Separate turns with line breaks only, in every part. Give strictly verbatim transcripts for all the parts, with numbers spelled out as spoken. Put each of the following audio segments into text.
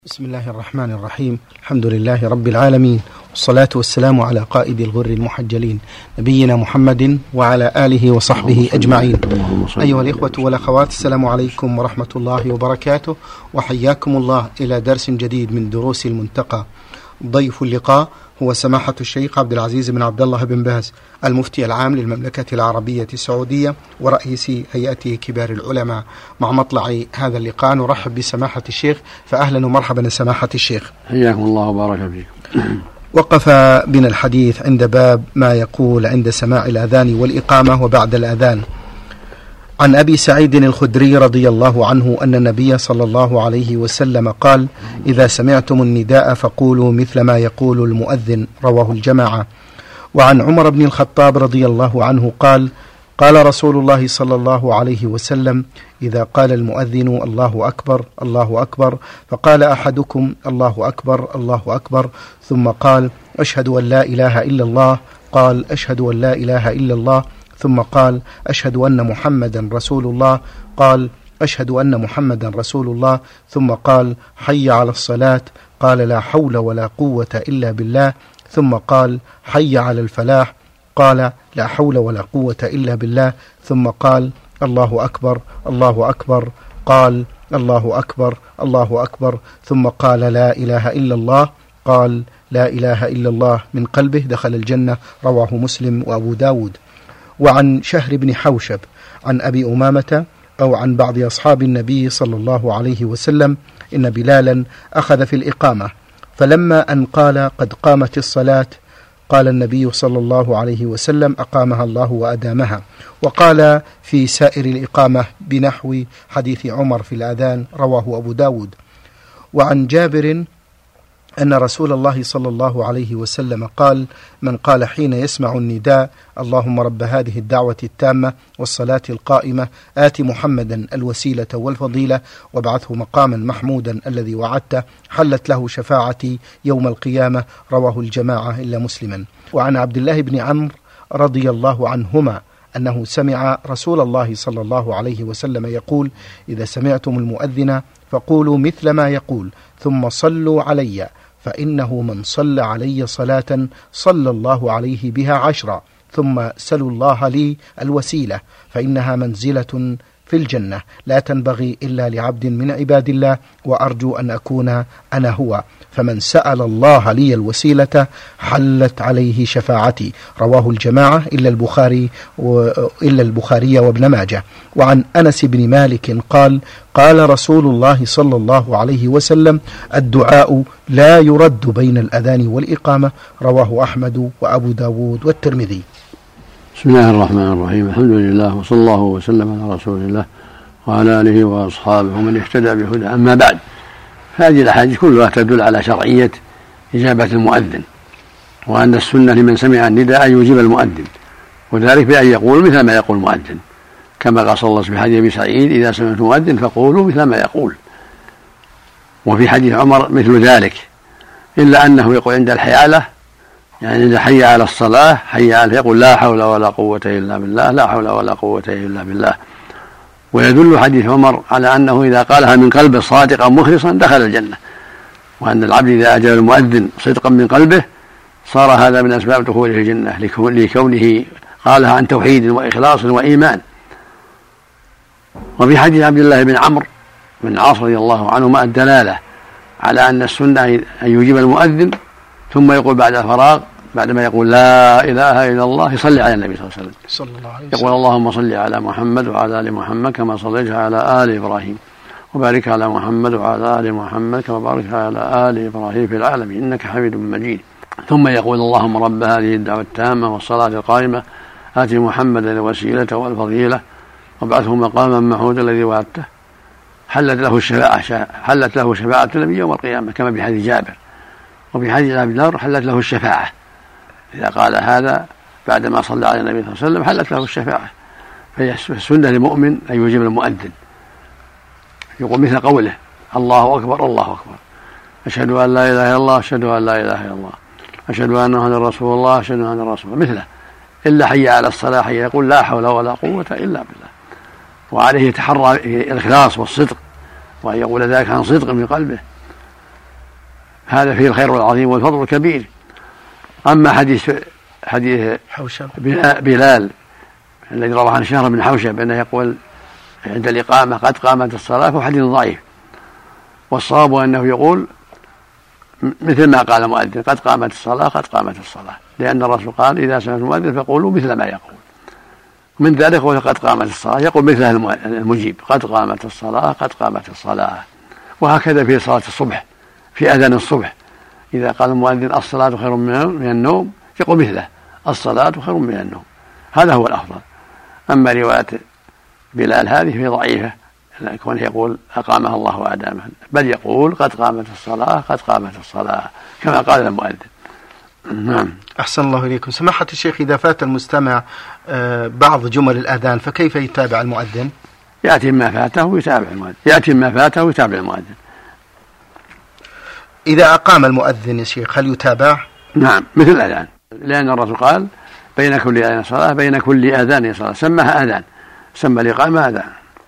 بسم الله الرحمن الرحيم. الحمد لله رب العالمين، والصلاة والسلام على قائد الغر المحجلين نبينا محمد وعلى آله وصحبه أجمعين. أيها الإخوة والأخوات، السلام عليكم ورحمة الله وبركاته، وحياكم الله إلى درس جديد من دروس المنتقى. ضيف اللقاء هو سماحة الشيخ عبد العزيز بن عبد الله بن باز، المفتي العام للمملكة العربية السعودية ورئيس هيئة كبار العلماء. مع مطلع هذا اللقاء نرحب بسماحة الشيخ، فأهلا ومرحبا سماحة الشيخ.
حياكم الله وبارك فيكم.
وقف بنا الحديث عند باب ما يقول عند سماع الأذان والإقامة وبعد الأذان. عن أبي سعيد الخدري رضي الله عنه أن النبي صلى الله عليه وسلم قال: إذا سمعتم النداء فقولوا مثل ما يقول المؤذن، رواه الجماعة. وعن عمر بن الخطاب رضي الله عنه قال: قال رسول الله صلى الله عليه وسلم: إذا قال المؤذن الله أكبر الله أكبر فقال أحدكم الله أكبر الله أكبر ثم قال أشهد أن لا إله إلا الله، قال أشهد أن لا إله إلا الله، ثم قال أشهد أن محمدا رسول الله، قال أشهد أن محمدا رسول الله، ثم قال حي على الصلاة، قال لا حول ولا قوة إلا بالله، ثم قال حي على الفلاح، قال لا حول ولا قوة إلا بالله، ثم قال الله أكبر الله أكبر، قال الله أكبر الله أكبر، ثم قال لا إله إلا الله، قال لا إله إلا الله من قلبه دخل الجنة، رواه مسلم وأبو داود. وعن شهر بن حوشب عن أبي أمامة أو عن بعض أصحاب النبي صلى الله عليه وسلم إن بلالا أخذ في الإقامة، فلما أن قال قد قامت الصلاة قال النبي صلى الله عليه وسلم أقامها الله وأدامها. وقال في سائر الإقامة بنحو حديث عمر في الأذان، رواه أبو داود. وعن جابر أن رسول الله صلى الله عليه وسلم قال: من قال حين يسمع النداء اللهم رب هذه الدعوة التامة والصلاة القائمة آت محمدا الوسيلة والفضيلة وابعثه مقاما محمودا الذي وعدته حلت له شفاعتي يوم القيامة، رواه الجماعة إلا مسلما. وعن عبد الله بن عمرو رضي الله عنهما أنه سمع رسول الله صلى الله عليه وسلم يقول: إذا سمعتم المؤذن فقولوا مثل ما يقول، ثم صلوا علي، فإنه من صلى علي صلاة صلى الله عليه بها عشرا، ثم سلوا الله لي الوسيلة فإنها منزلة في الجنة لا تنبغي إلا لعبد من عباد الله، وأرجو أن أكون أنا هو، فمن سأل الله لي الوسيلة حلت عليه شفاعتي، رواه الجماعة إلا البخاري إلا البخاري وابن ماجه. وعن أنس بن مالك قال: قال رسول الله صلى الله عليه وسلم: الدعاء لا يرد بين الأذان والإقامة، رواه أحمد وأبو داود والترمذي.
بسم الله الرحمن الرحيم. الحمد لله وصلى الله وسلم على رسول الله وعلى آله وأصحابه ومن اهتدى بهدى. أما بعد، هذه الأحاديث كلها تدل على شرعية إجابة المؤذن، وأن السنة لمن سمع النداء أن يجيب المؤذن، وذلك بأن يقول مثل ما يقول المؤذن، كما قال صلى الله عليه وسلم في حديث أبي سعيد: إذا سمعتم المؤذن فقولوا مثل ما يقول. وفي حديث عمر مثل ذلك، إلا أنه يقول عند الحيالة، يعني إذا حي على الصلاة حي على يقول لا حول ولا قوة إلا بالله، لا حول ولا قوة إلا بالله. ويدل حديث عمر على أنه إذا قالها من قلبه صادقا مخلصا دخل الجنة، وأن العبد إذا أجاب المؤذن صدقا من قلبه صار هذا من أسباب دخوله الجنة، لكونه قالها عن توحيد وإخلاص وإيمان. وفي حديث عبد الله بن عمرو بن العاص رضي الله عنهما الدلالة على أن السنة أن يجيب المؤذن ثم يقول بعد الفراغ بعدما يقول لا إله إلا الله يصلي على النبي صلى الله عليه وسلم،
صلى الله عليه وسلم.
يقول اللهم صل على محمد وعلى آل محمد كما صليت على آل إبراهيم، وبارك على محمد وعلى آل محمد كما باركت على آل إبراهيم في العالمين إنك حميد مجيد. ثم يقول اللهم رب هذه الدعوة التامة والصلاة القائمة آت محمدا الوسيلة والفضيلة وابعثه مقاما محمودا الذي وعدته حلت له الشفاعة حلت له شفاعة النبي يوم القيامة، كما في حديث جابر. وفي حديث أبي ذر حلت له الشفاعة، إذا قال هذا بعدما صلى على النبي صلى الله عليه وسلم حلت له الشفاعة. فهي السنة للمؤمن أن يجيب المؤذن، يقول مثل قوله الله أكبر الله أكبر، أشهد أن لا إله إلا الله، أشهد أن لا إله إلا الله، أشهد أن محمدا رسول الله، أشهد أن محمدا رسول الله، مثله. إلا حي على الصلاة حي يقول لا حول ولا قوة إلا بالله. وعليه يتحرى الإخلاص والصدق، وأن يقول ذلك عن صدق من قلبه، هذا فيه الخير العظيم والفضل الكبير. أما حديث حديث
حوشب
بلال الذي رواه عن شهر بن حوشب أنه يقول عند الإقامة قد قامت الصلاة، فهو حديث ضعيف، والصواب أنه يقول مثل ما قال المؤذن قد قامت الصلاة قد قامت الصلاة، لأن الرسول قال إذا سمعت المؤذن فقولوا مثل ما يقول. من ذلك يقول قد قامت الصلاة يقول مثلها المجيب قد قامت الصلاة قد قامت الصلاة. وهكذا في صلاة الصبح في أذان الصبح إذا قال المؤذن الصلاة خير من النوم يقول مثله الصلاة خير من النوم، هذا هو الأفضل. أما رواية بلال هذه في ضعيفة كونه يقول أقامها الله وأدامها، بل يقول قد قامت الصلاة قد قامت الصلاة كما قال المؤذن. نعم.
أحسن الله إليكم. سماحة الشيخ، إذا فات المستمع بعض جمل الآذان فكيف يتابع المؤذن؟
يأتي ما فاته ويتابع المؤذن يأتي ما فاته ويتابع المؤذن.
إذا أقام المؤذن يا شيخ هل يتابع؟
نعم مثل الأذان، لأن الرسول قال بين كل أذان صلاة بين كل أذان صلاة، سماها أذان، سمى الإقامة أذان.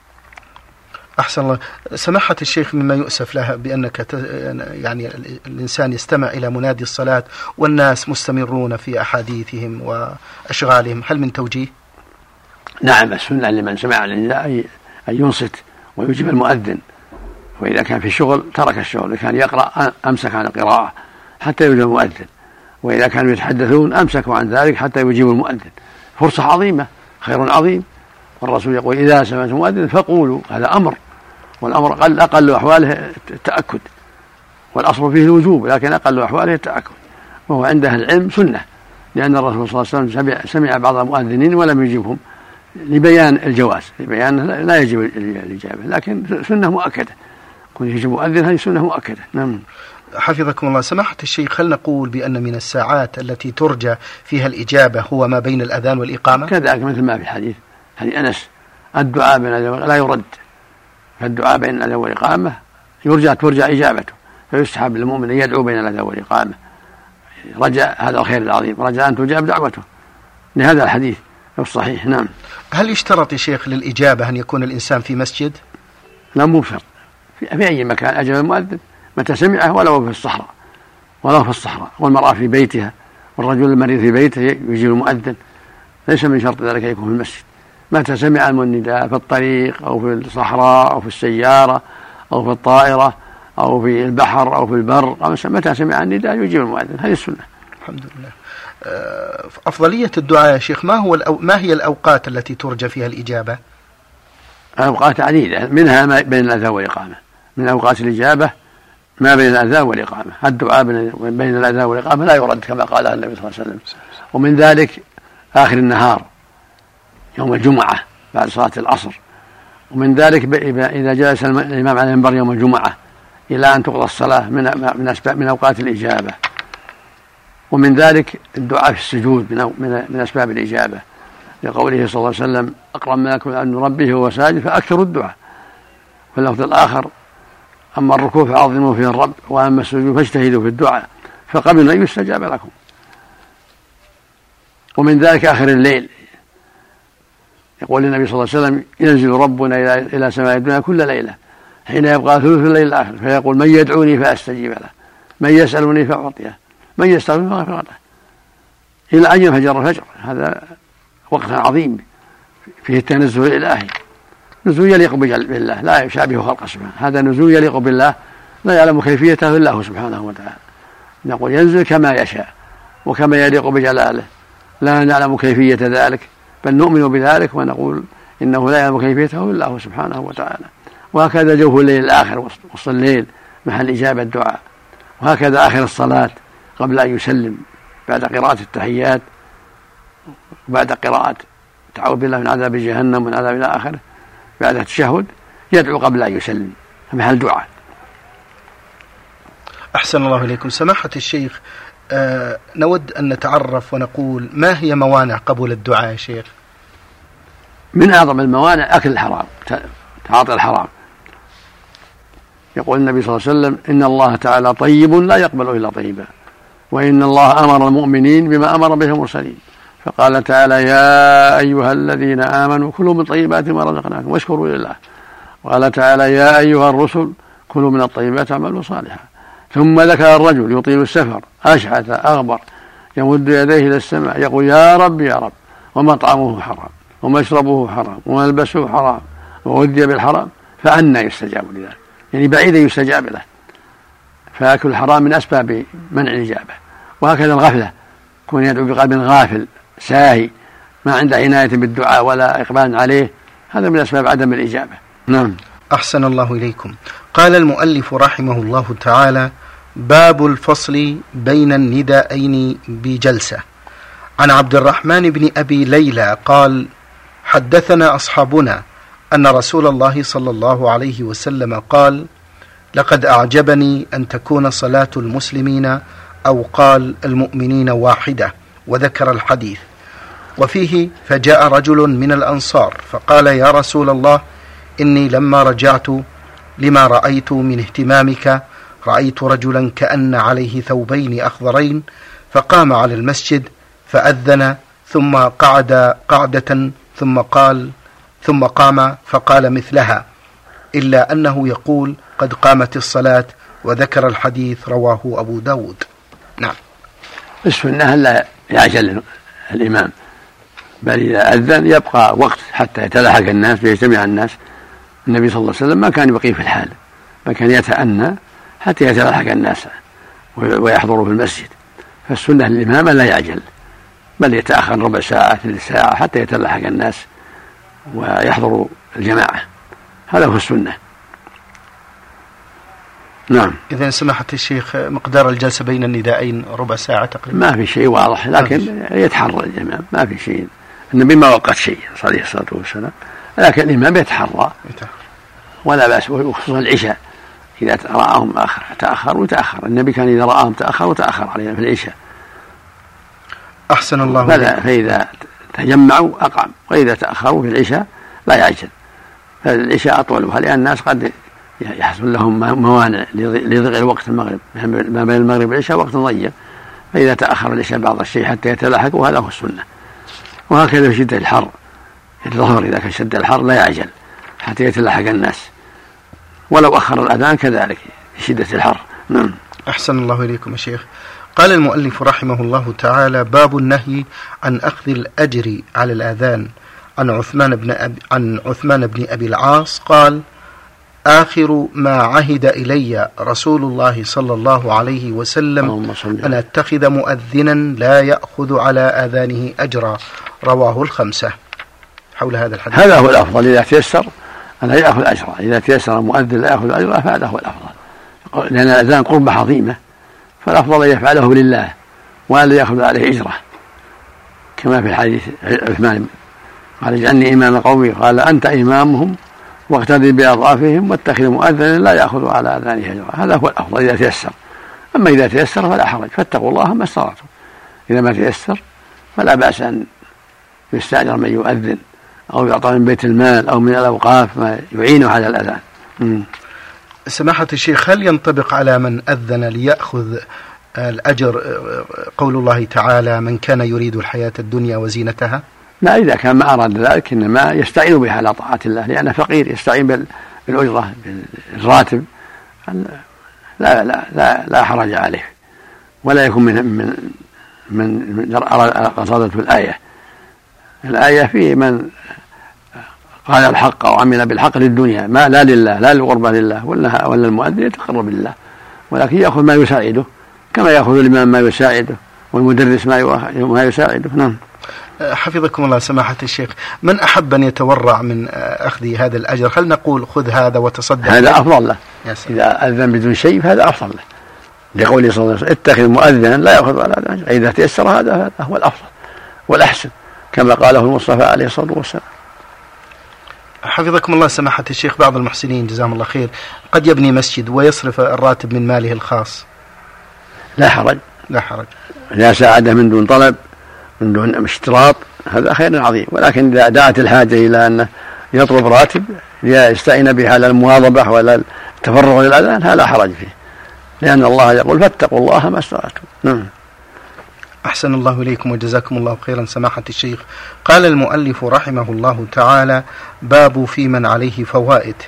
أحسن الله. سماحة الشيخ، مما يؤسف لها بأنك يعني الإنسان يستمع إلى منادي الصلاة والناس مستمرون في أحاديثهم وأشغالهم، هل من توجيه؟
نعم، السنة لمن سمع النداء أن ينصت ويجيب المؤذن، وإذا كان في شغل ترك الشغل، إذا كان يقرأ أمسك عن القراءة حتى يجيب المؤذن، وإذا كانوا يتحدثون أمسكوا عن ذلك حتى يجيب المؤذن. فرصة عظيمة، خير عظيم. والرسول يقول إذا سمعت المؤذن فقولوا، هذا أمر، والأمر أقل, أقل أحواله التأكد، والأصل فيه الوجوب، لكن أقل أحواله التأكد، وهو عند أهل العلم سنة، لأن الرسول صلى الله عليه وسلم سمع, سمع بعض المؤذنين ولم يجيبهم لبيان الجواز، لبيان لا يجب الإجابة، لكن سنة مؤكدة، كون يجب مؤذن هذه سنة مؤكدة. نعم.
حفظكم الله. سماحة الشيخ، هل نقول بأن من الساعات التي ترجى فيها الإجابة هو ما بين الأذان والإقامة؟
كذلك مثل ما في الحديث حديث أنس الدعاء بين الأذان لا يرد، فالدعاء بين الأذان والإقامة يرجى ترجى إجابته، فيستحب للمؤمن أن يدعو بين الأذان والإقامة رجاء هذا الخير العظيم، رجاء أن تجاب دعوته لهذا الحديث الصحيح. نعم.
هل يشترط يا شيخ للإجابة أن يكون الإنسان في مسجد؟
لا، مو بشرط، في أي مكان أجاب المؤذن متى سمعه، ولو في الصحراء ولو في الصحراء والمرأة في بيتها والرجل المريض في بيته يجيب المؤذن، ليس من شرط ذلك يكون في المسجد، متى سمع النداء في الطريق أو في الصحراء أو في السيارة أو في الطائرة أو في البحر أو في البر، متى سمع النداء يجيب المؤذن، هذه السنة.
الحمد لله. أفضلية الدعاء يا شيخ، ما هو الأو... ما هي الأوقات التي ترجى فيها الإجابة؟
أوقات عديدة، منها ما بين الأذان والإقامة، من أوقات الإجابة ما بين الأذان والإقامة، الدعاء بين الأذان والإقامة لا يرد كما قال النبي صلى الله عليه وسلم. ومن ذلك آخر النهار يوم الجمعة بعد صلاة العصر، ومن ذلك إذا جلس الإمام على المنبر يوم الجمعة إلى أن تقضى الصلاة من من أسباب من أوقات الإجابة. ومن ذلك الدعاء في السجود من من أسباب الإجابة، لقوله صلى الله عليه وسلم أقرب ما يكون عند ربه وهو ساجد فأكثروا الدعاء. واللفظ الآخر أما الركوع فعظموا فيه الرب، وأما السجود فاجتهدوا في الدعاء فقبل أن يستجاب لكم. ومن ذلك آخر الليل، يقول النبي صلى الله عليه وسلم ينزل ربنا إلى سماء الدنيا كل ليلة حين يبقى ثلث الليل الآخر فيقول من يدعوني فأستجيب له، من يسألني فأعطيه، من يستغفرني فأغفر له، إلى أن ينفجر الفجر. هذا وقت عظيم فيه التنزل الإلهي، نزول يليق بالله لا يشابه خلق سبحانه، هذا نزول يليق بالله لا يعلم كيفيته إلا هو سبحانه وتعالى. نقول ينزل كما يشاء وكما يليق بجلاله، لا نعلم كيفية ذلك بل نؤمن بذلك ونقول إنه لا يعلم كيفيته إلا هو سبحانه وتعالى. وهكذا جوف الليل الآخر وسط الليل محل إجابة الدعاء، وهكذا آخر الصلاة قبل أن يسلم بعد قراءة التحيات وبعد قراءة تعوذ بالله من عذاب جهنم ومن عذاب إلى آخره بعد التشهد يدعو قبل أن يسلم محل دعاء.
أحسن الله إليكم. سماحة الشيخ، آه نود أن نتعرف ونقول ما هي موانع قبول الدعاء يا شيخ؟
من أعظم الموانع أكل الحرام، تعاطي الحرام. يقول النبي صلى الله عليه وسلم إن الله تعالى طيب لا يقبل إلا طيبا، وإن الله أمر المؤمنين بما أمر به المرسلين، فقال تعالى يا أيها الذين آمنوا كلوا من طيبات ما رزقناكم واشكروا لله، وقال تعالى يا أيها الرسل كلوا من الطيبات اعملوا صالحا. ثم ذكر الرجل يطيل السفر أشعث أغبر يمد يديه إلى السماء يقول يا رب يا رب ومطعمه حرام ومشربه حرام وملبسه حرام وغذي بالحرام فأنى يستجاب لذلك، يعني بعيدا يستجاب له. فأكل الحرام من أسباب منع الإجابة. وهكذا الغفلة، كون يدعو بقلب غافل ساهي ما عنده عناية بالدعاء ولا إقبال عليه، هذا من أسباب عدم الإجابة. نعم.
أحسن الله إليكم. قال المؤلف رحمه الله تعالى: باب الفصل بين النداءين بجلسة. عن عبد الرحمن بن أبي ليلى قال: حدثنا أصحابنا أن رسول الله صلى الله عليه وسلم قال: لقد أعجبني أن تكون صلاة المسلمين أو قال المؤمنين واحدة، وذكر الحديث. وفيه: فجاء رجل من الأنصار فقال: يا رسول الله، إني لما رجعت لما رأيت من اهتمامك رأيت رجلا كأن عليه ثوبين أخضرين، فقام على المسجد فأذن ثم قعد قعدة ثم قال ثم قام فقال مثلها، إلا أنه يقول قد قامت الصلاة، وذكر الحديث. رواه أبو داود. نعم.
السنة لا يعجل الإمام، بل إذا أذن يبقى وقت حتى يتلاحق الناس ويجتمع الناس. النبي صلى الله عليه وسلم ما كان يبقي في الحال، ما كان يتأنى حتى يتلاحق الناس ويحضروا في المسجد. فالسنة للإمام لا يعجل، بل يتأخر ربع ساعة ثلث ساعة حتى يتلاحق الناس ويحضروا الجماعة. هذا هو السنة. نعم.
إذن سماحة الشيخ مقدار الجلسة بين الندائين ربع ساعة تقريبا؟
ما في شيء واضح، لكن يتحرى الإمام، ما في شيء. النبي ما وقت شيء عليه الصلاة والسلام، لكن الإمام يتحرى ولا بأس. وخصوصا العشاء إذا رآهم تأخر وتأخر، النبي كان إذا رآهم تأخر وتأخر علينا في العشاء.
أحسن الله.
فلا فإذا تجمعوا أقام، وإذا تأخروا في العشاء لا يعجل. فالعشاء أطولها لأن الناس قد يحصل لهم موانع لضيق الوقت. المغرب ما بين المغرب والعشاء وقت ضيق، فإذا تأخر العشاء بعض الشيء حتى يتلاحقوا هذا هو السنة. وهكذا في شدة الحر، الظهر إذا كان شد الحر لا يعجل حتى يتلاحق الناس، ولو أخر الأذان كذلك في شدة الحر. نعم.
أحسن الله إليكم يا شيخ. قال المؤلف رحمه الله تعالى: باب النهي عن أخذ الأجر على الآذان. عن عثمان بن أبي عن عثمان بن أبي العاص قال: آخر ما عهد إلي رسول الله صلى الله عليه وسلم أن أتخذ مؤذنا لا يأخذ على آذانه أجرا. رواه الخمسة. حول هذا الحديث.
هذا هو الأفضل إذا تيسر أن لا يأخذ أجرا، إذا تيسر المؤذن لا يأخذ أجرا فهذا هو الأفضل، لأن الأذان قربة عظيمة، فالأفضل أن يفعله لله ولا يأخذ عليه أجرة، كما في الحديث عثمان قال: اجعلني إمام قومي، قال: أنت إمامهم واقتدي بأضعافهم واتخذ مؤذنا لا يأخذ على آذانه أجرا. هذا هو الأفضل إذا تيسر. أما إذا تيسر فلا حرج، فاتقوا الله ما استطعتم. إذا ما تيسر فلا بأس أن يستأجر من يؤذن أو يعطى من بيت المال أو من الأوقاف ما يعينه على الأذان. م.
سماحة الشيخ، هل ينطبق على من أذن ليأخذ الأجر قول الله تعالى: من كان يريد الحياة الدنيا وزينتها؟
لا، إذا كان ما أراد ذلك إنما يستعين بها على طاعة الله، لأنه فقير يستعين بالأجرة بالراتب، لا لا لا لا حرج عليه، ولا يكون من من من قصدته الآية. الآية في من قال الحق أو عمل بالحق للدنيا، ما لا لله، لا للقربة لله، ولا ولا المؤذن يتقرب بالله، ولكن يأخذ ما يساعده، كما يأخذ الإمام ما يساعده والمدرس ما يساعده. نعم.
حفظكم الله سماحة الشيخ، من أحب أن يتورع من أخذ هذا الأجر هل نقول خذ هذا وتصدق؟
هذا أفضل له. إذا أذن بدون شيء فهذا أفضل له، لقوله صلى الله عليه وسلم: اتخذ مؤذنا لا يأخذ على الأجر. إذا تيسر هذا هو الأفضل والأحسن، كما قاله المصطفى عليه الصلاة والسلام.
حفظكم الله سماحة الشيخ، بعض المحسنين جزاهم الله خير قد يبني مسجد ويصرف الراتب من ماله الخاص.
لا حرج،
لا حرج.
لا ساعدة من دون طلب من دون اشتراط، هذا خير عظيم. ولكن إذا دعت الحاجة إلى أن يطلب راتب ليستعين بها على المواظبة ولا التفرغ للأذان هذا حرج فيه، لأن الله يقول: فاتقوا الله ما استطعتم. نعم.
أحسن الله إليكم وجزاكم الله خيرا سماحة الشيخ. قال المؤلف رحمه الله تعالى: باب في من عليه فوائد.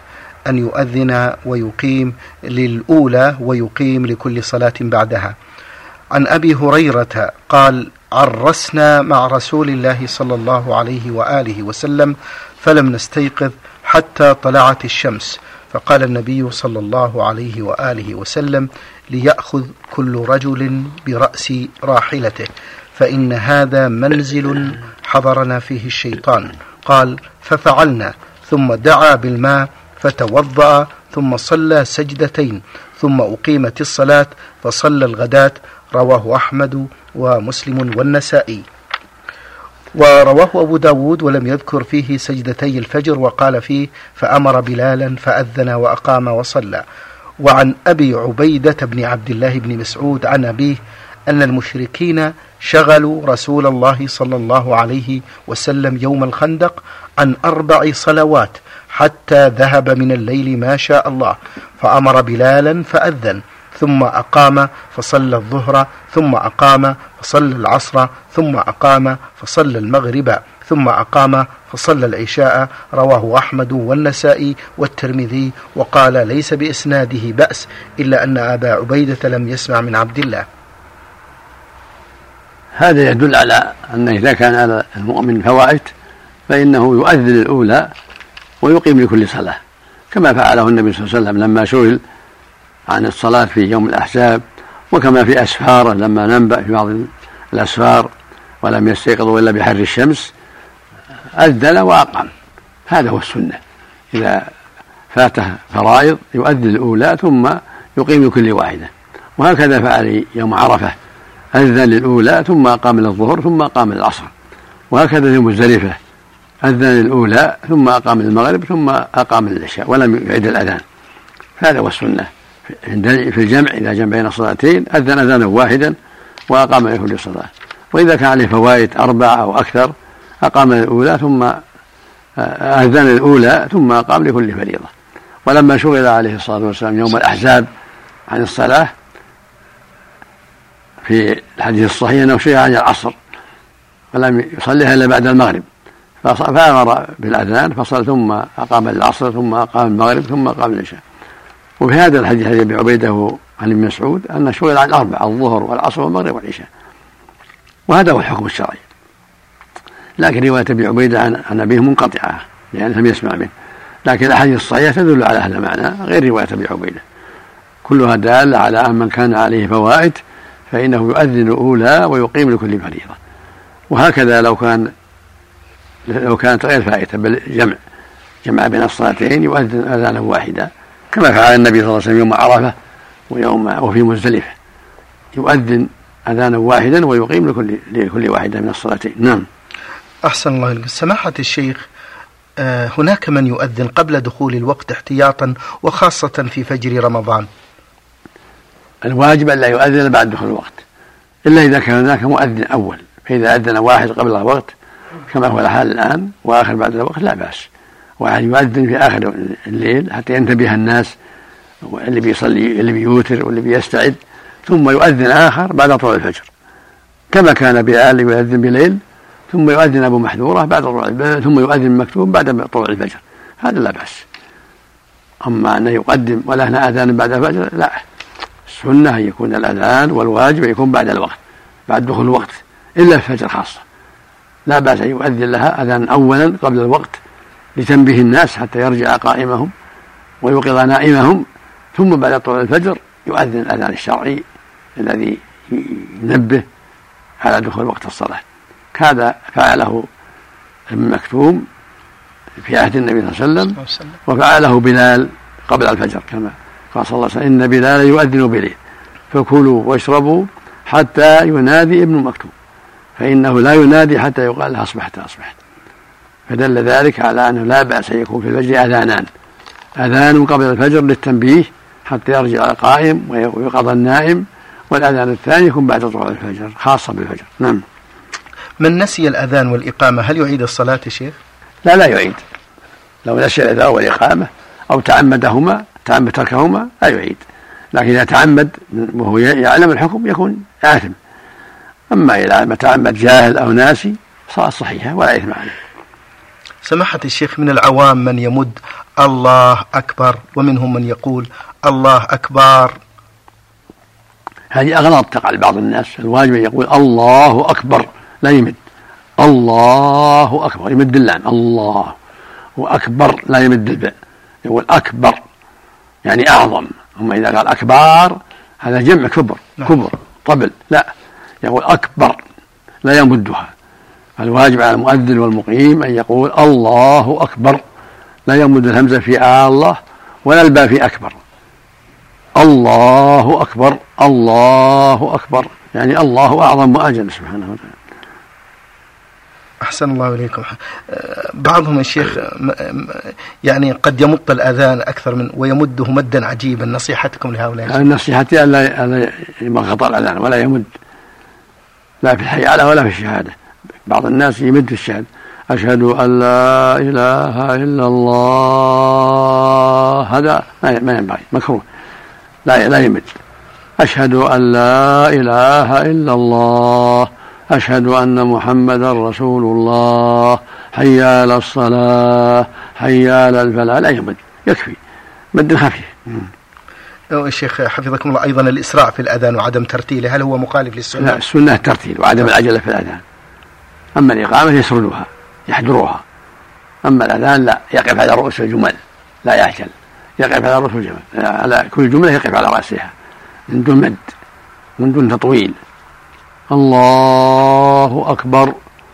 أن يؤذن ويقيم للأولى ويقيم لكل صلاة بعدها. عن أبي هريرة قال: عرسنا مع رسول الله صلى الله عليه وآله وسلم فلم نستيقظ حتى طلعت الشمس، فقال النبي صلى الله عليه وآله وسلم: ليأخذ كل رجل برأس راحلته، فإن هذا منزل حضرنا فيه الشيطان. قال: ففعلنا، ثم دعا بالماء فتوضأ، ثم صلى سجدتين، ثم أقيمت الصلاة فصلى الغداة. رواه أحمد ومسلم والنسائي. ورواه أبو داود ولم يذكر فيه سجدتي الفجر، وقال فيه: فأمر بلالا فأذن وأقام وصلى. وعن أبي عبيدة بن عبد الله بن مسعود عن أبيه أن المشركين شغلوا رسول الله صلى الله عليه وسلم يوم الخندق عن أربع صلوات حتى ذهب من الليل ما شاء الله، فأمر بلالا فأذن، ثم أقام فصلى الظهر، ثم أقام فصلى العصر، ثم أقام فصلى المغرب، ثم أقام فصلى العشاء. رواه أحمد والنسائي والترمذي، وقال: ليس بإسناده بأس، إلا أن أبا عبيدة لم يسمع من عبد الله.
هذا يدل على أن إذا كان على المؤمن فوائد فإنه يؤذن الأولى ويقيم لكل صلاة، كما فعله النبي صلى الله عليه وسلم لما سئل عن الصلاة في يوم الأحزاب، وكما في أسفاره لما ننبأ في بعض الأسفار ولم يستيقظوا إلا بحر الشمس أذن وأقام. هذا هو السنة، إذا فاته فرائض يؤذن الأولى ثم يقيم لكل واحدة. وهكذا فعل يوم عرفة، أذن للأولى ثم أقام للظهر ثم أقام للعصر. وهكذا في مزدلفة أذن للأولى ثم أقام للمغرب ثم أقام للعشاء ولم يعيد الأذان. هذا هو السنة في الجمع، إذا جمع بين الصلاتين أذن أذانا واحدا وأقام لكل صلاة. وإذا كان عليه فوائد أربعة أو أكثر أقام الأولى ثم أذن الأولى ثم أقام لكل فريضة. ولما شغل عليه الصلاة والسلام يوم الأحزاب عن الصلاة في الحديث الصحيح أنه شغل عن العصر ولم يصليها إلا بعد المغرب، فأمر بالأذان فصل ثم أقام العصر ثم أقام المغرب ثم أقام العشاء. وفي هذا الحديث حديث أبي عبيدة عن ابن مسعود أن شغل عن الأربع: الظهر والعصر والمغرب والعشاء. وهذا هو الحكم الشرعي. لكن رواية أبي عبيدة عن, عن أبيه منقطعة لأنه لم يسمع منه، لكن الأحاديث الصحيحة تدل على هذا المعنى غير رواية أبي عبيدة، كلها دالة على أن من كان عليه فوائد فإنه يؤذن الأولى ويقيم لكل فريضة. وهكذا لو كان لو كانت غير فائتة بل جمع جمع بين الصلاتين يؤذن أذانا واحدا، كما فعل النبي صلى الله عليه وسلم يوم عرفة ويوم وفي مزدلفة، يؤذن أذانا واحدا ويقيم لكل لكل واحدة من الصلاتين. نعم.
أحسن الله إليك. سماحة الشيخ، هناك من يؤذن قبل دخول الوقت احتياطا وخاصة في فجر رمضان.
الواجب أن لا يؤذن بعد دخول الوقت إلا إذا كان هناك مؤذن أول، فإذا أذن واحد قبل الوقت كما هو الحال الآن وآخر بعد الوقت لا بأس. واحد يؤذن في آخر الليل حتى ينتبه الناس، اللي بيصلي اللي بيوتر واللي بيستعد، ثم يؤذن آخر بعد طلوع الفجر، كما كان بلال يؤذن بليل ثم يؤذن أبو محذورة بعد طلوع الفجر ثم يؤذن مكتوب بعد طلوع الفجر، هذا لا بأس. أما أنه يقدم ولا هنا أذان بعد الفجر لا، السنة أن يكون الأذان والواجب يكون بعد الوقت بعد دخول الوقت، إلا الفجر خاصة لا بأس أن يؤذن لها أذان أولا قبل الوقت لتنبيه الناس حتى يرجع قائمهم ويوقظ نائمهم، ثم بعد طلوع الفجر يؤذن الأذان الشرعي الذي ينبه على دخول وقت الصلاة. هذا فعله ابن مكتوم في عهد النبي صلى الله عليه وسلم، وفعله بلال قبل الفجر كما قال صلى الله عليه وسلم: إن بلال يؤذن بليل فكلوا واشربوا حتى ينادي ابن مكتوم، فإنه لا ينادي حتى يقال له أصبحت أصبحت. فدل ذلك على أنه لا بأس أن يكون في الفجر أذانان: أذان قبل الفجر للتنبيه حتى يرجع القائم ويقظ النائم، والأذان الثاني يكون بعد طلوع الفجر خاصة بالفجر. نعم.
من نسي الأذان والإقامة هل يعيد الصلاة يا شيخ؟
لا لا يعيد، لو نسي الأذان والإقامة أو تعمدهما تعمد تركهما لا يعيد، لكن إذا تعمد وهو يعلم الحكم يكون آثم. أما إذا ما تعمد جاهل أو ناسي صلاة صحيحة ولا إثم عليه.
سماحة الشيخ، من العوام من يمد الله أكبر ومنهم من يقول الله أكبر.
هذه أغلاط تقع لبعض الناس. الواجب يقول الله أكبر لا يمد. الله أكبر يمد اللام، الله وأكبر لا يمد الباء، يقول أكبر يعني أعظم. أما إذا قال أكبر هذا جمع كبر، كبر طبل، لا، يقول أكبر لا يمدها. الواجب على المؤذن والمقيم أن يقول الله أكبر، لا يمد الهمزة في الله ولا الباء في أكبر. الله أكبر، الله أكبر يعني الله أعظم وأجل سبحانه وتعالى.
أحسن الله إليكم. بعضهم الشيخ يعني قد يمط الأذان أكثر من ويمده مدا عجيبا، نصيحتكم لهؤلاء؟
نصيحتي ألا يمغط الأذان ولا يمد، لا في الحي على ولا في الشهادة. بعض الناس يمد في الشهادة، أشهد أن لا إله إلا الله، هذا ما ينبغي، مكروه، لا لا يمد. أشهد أن لا إله إلا الله، أشهد أن محمدا رسول الله، حي على الصلاة، حي على الفلاح، لا يمد، يكفي مد خفيف.
الشيخ حفظكم الله، أيضا الإسراع في الأذان وعدم ترتيله هل هو مخالف للسنة؟
لا، السنة الترتيل وعدم العجلة في الأذان. أما الإقامة يسردها يحضرها، أما الأذان لا، يقف على رؤوس الجمل لا يعجل، يقف على رؤوس الجمل، على كل جملة يقف على رأسها من دون مد من دون تطويل. الله أكبر،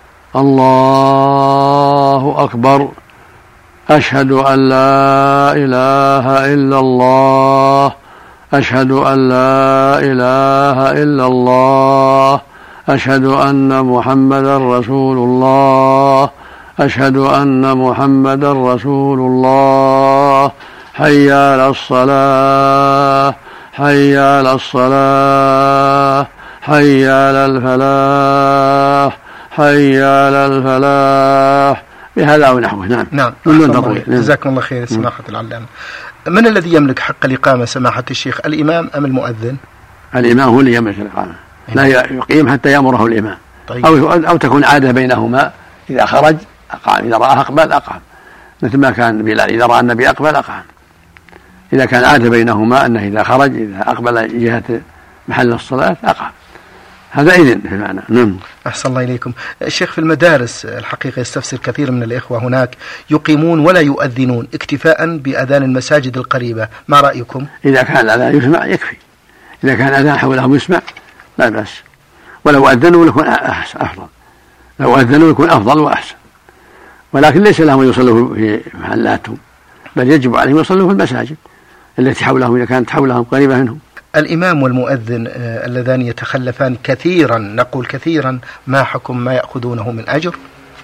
الله أكبر، أشهد أن لا إله إلا الله، أشهد أن لا إله إلا الله، أشهد أن محمدا رسول الله، أشهد أن محمدا رسول الله، حي على الصلاة، حي على الصلاة، حي على الفلاح، حي على الفلاح، بهذا أو نحوه. نعم
نعم. جزاكم الله خير سماحة العلامة. من الذي يملك حق الإقامة سماحة الشيخ، الإمام أم المؤذن؟
الإمام هو اللي يملك الإقامة، لا يقيم حتى يأمره الإمام. طيب. أو, أو تكون عادة بينهما، إذا خرج أقام، إذا رأى أقبل أقام، مثل ما كان بلال إذا رأى النبي أقبل أقام. إذا كان عادة بينهما أنه إذا خرج إذا أقبل جهة محل الصلاة أقام، هذا إذن في المعنى. نعم.
أحسن الله إليكم. الشيخ، في المدارس الحقيقة يستفسر كثير من الإخوة هناك يقيمون ولا يؤذنون اكتفاء بأذان المساجد القريبة، ما رأيكم؟
إذا كان الأذان يسمع يكفي، إذا كان الأذان حولهم يسمع لا بأس، ولو أذنوا يكون أفضل، لو أذنوا يكون أفضل وأحسن، ولكن ليس لهم يصلوا في محلاتهم، بل يجب عليهم يصلوا في المساجد التي حولهم إذا كانت حولهم قريبة منهم.
الإمام والمؤذن آه اللذان يتخلفان كثيرا، نقول كثيرا، ما حكم ما يأخذونه من أجر؟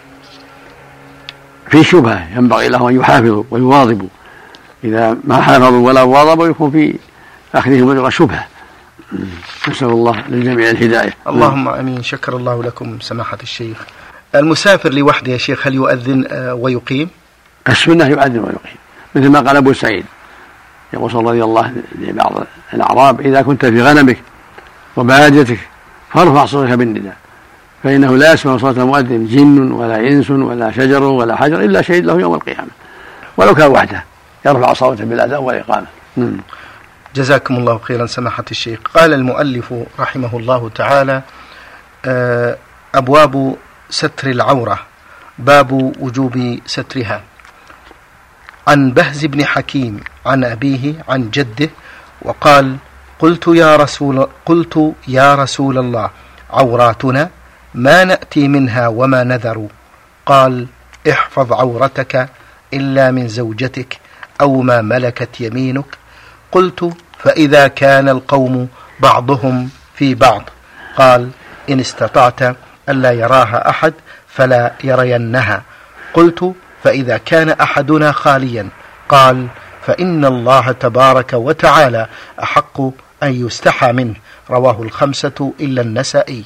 في شبهة، ينبغي لهم أن يحافظوا ويواظبوا، إذا ما حافظوا ولا واظبوا يكون في أخذهم أجر شبهة. نسأل الله للجميع الهداية.
اللهم أمين. شكر الله لكم سماحة الشيخ. المسافر لوحده يا شيخ هل يؤذن آه ويقيم؟
السنة يؤذن ويقيم، مثل ما قال أبو سعيد يقول رضي الله عنه لبعض الأعراب: إذا كنت في غنمك وباديتك فارفع صوتك بالنداء، فإنه لا يسمع صوت المؤذن جن ولا إنس ولا شجر ولا حجر إلا شهد له يوم القيامة، ولو كان وحده يرفع صوته بالأذان والإقامة.
جزاكم الله خيرا سماحة الشيخ. قال المؤلف رحمه الله تعالى: أبواب ستر العورة، باب وجوب سترها. عن بهز بن حكيم عن أبيه عن جده وقال: قلت يا رسول قلت يا رسول الله، عوراتنا ما نأتي منها وما نذر. قال: احفظ عورتك إلا من زوجتك أو ما ملكت يمينك. قلت: فإذا كان القوم بعضهم في بعض. قال: إن استطعت ألا يراها أحد فلا يرينها. قلت: فإذا كان أحدنا خاليا. قال: فإن الله تبارك وتعالى أحق أن يستحى منه. رواه الخمسة إلا النسائي.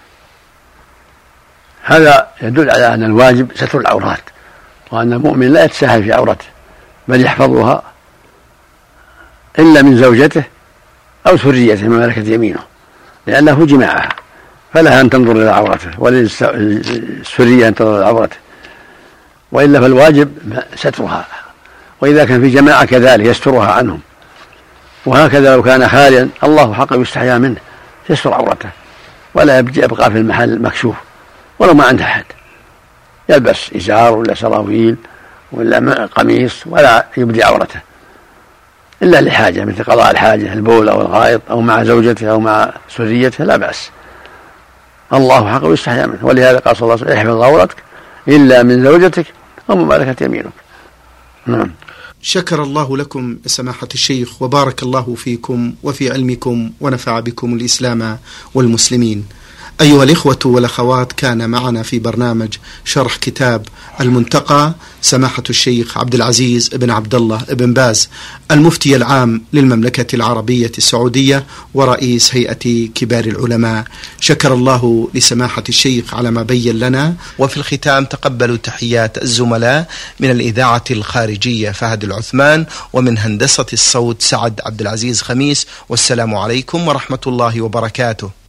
هذا يدل على أن الواجب ستر العورات، وأن المؤمن لا يتساهل في عورته بل يحفظها إلا من زوجته أو سريته ما ملكت يمينه، لأنه جماعها، فلها أن تنظر إلى عورته وللسرية أن تنظر إلى عورته. وإلا فالواجب سترها، وإذا كان في جماعة كذلك يسترها عنهم. وهكذا لو كان خاليا الله حق يستحيا منه يستر عورته، ولا يبقى في المحل مكشوف ولو ما عنده أحد، يلبس إزار ولا سراويل ولا قميص ولا يبدي عورته إلا لحاجة مثل قضاء الحاجة البول أو الغائط أو مع زوجته أو مع سريته لا بأس، الله حق يستحيا منه. ولهذا قال صلى الله عليه وسلم احفظ عورتك إلا من زوجتك أو مملكة يمينك. نعم.
شكر الله لكم سماحة الشيخ، وبارك الله فيكم وفي علمكم ونفع بكم الإسلام والمسلمين. أيها الإخوة والأخوات، كان معنا في برنامج شرح كتاب المنتقى سماحة الشيخ عبد العزيز بن عبد الله بن باز، المفتي العام للمملكة العربية السعودية ورئيس هيئة كبار العلماء. شكر الله لسماحة الشيخ على ما بين لنا. وفي الختام تقبلوا تحيات الزملاء من الإذاعة الخارجية فهد العثمان، ومن هندسة الصوت سعد عبد العزيز خميس، والسلام عليكم ورحمة الله وبركاته.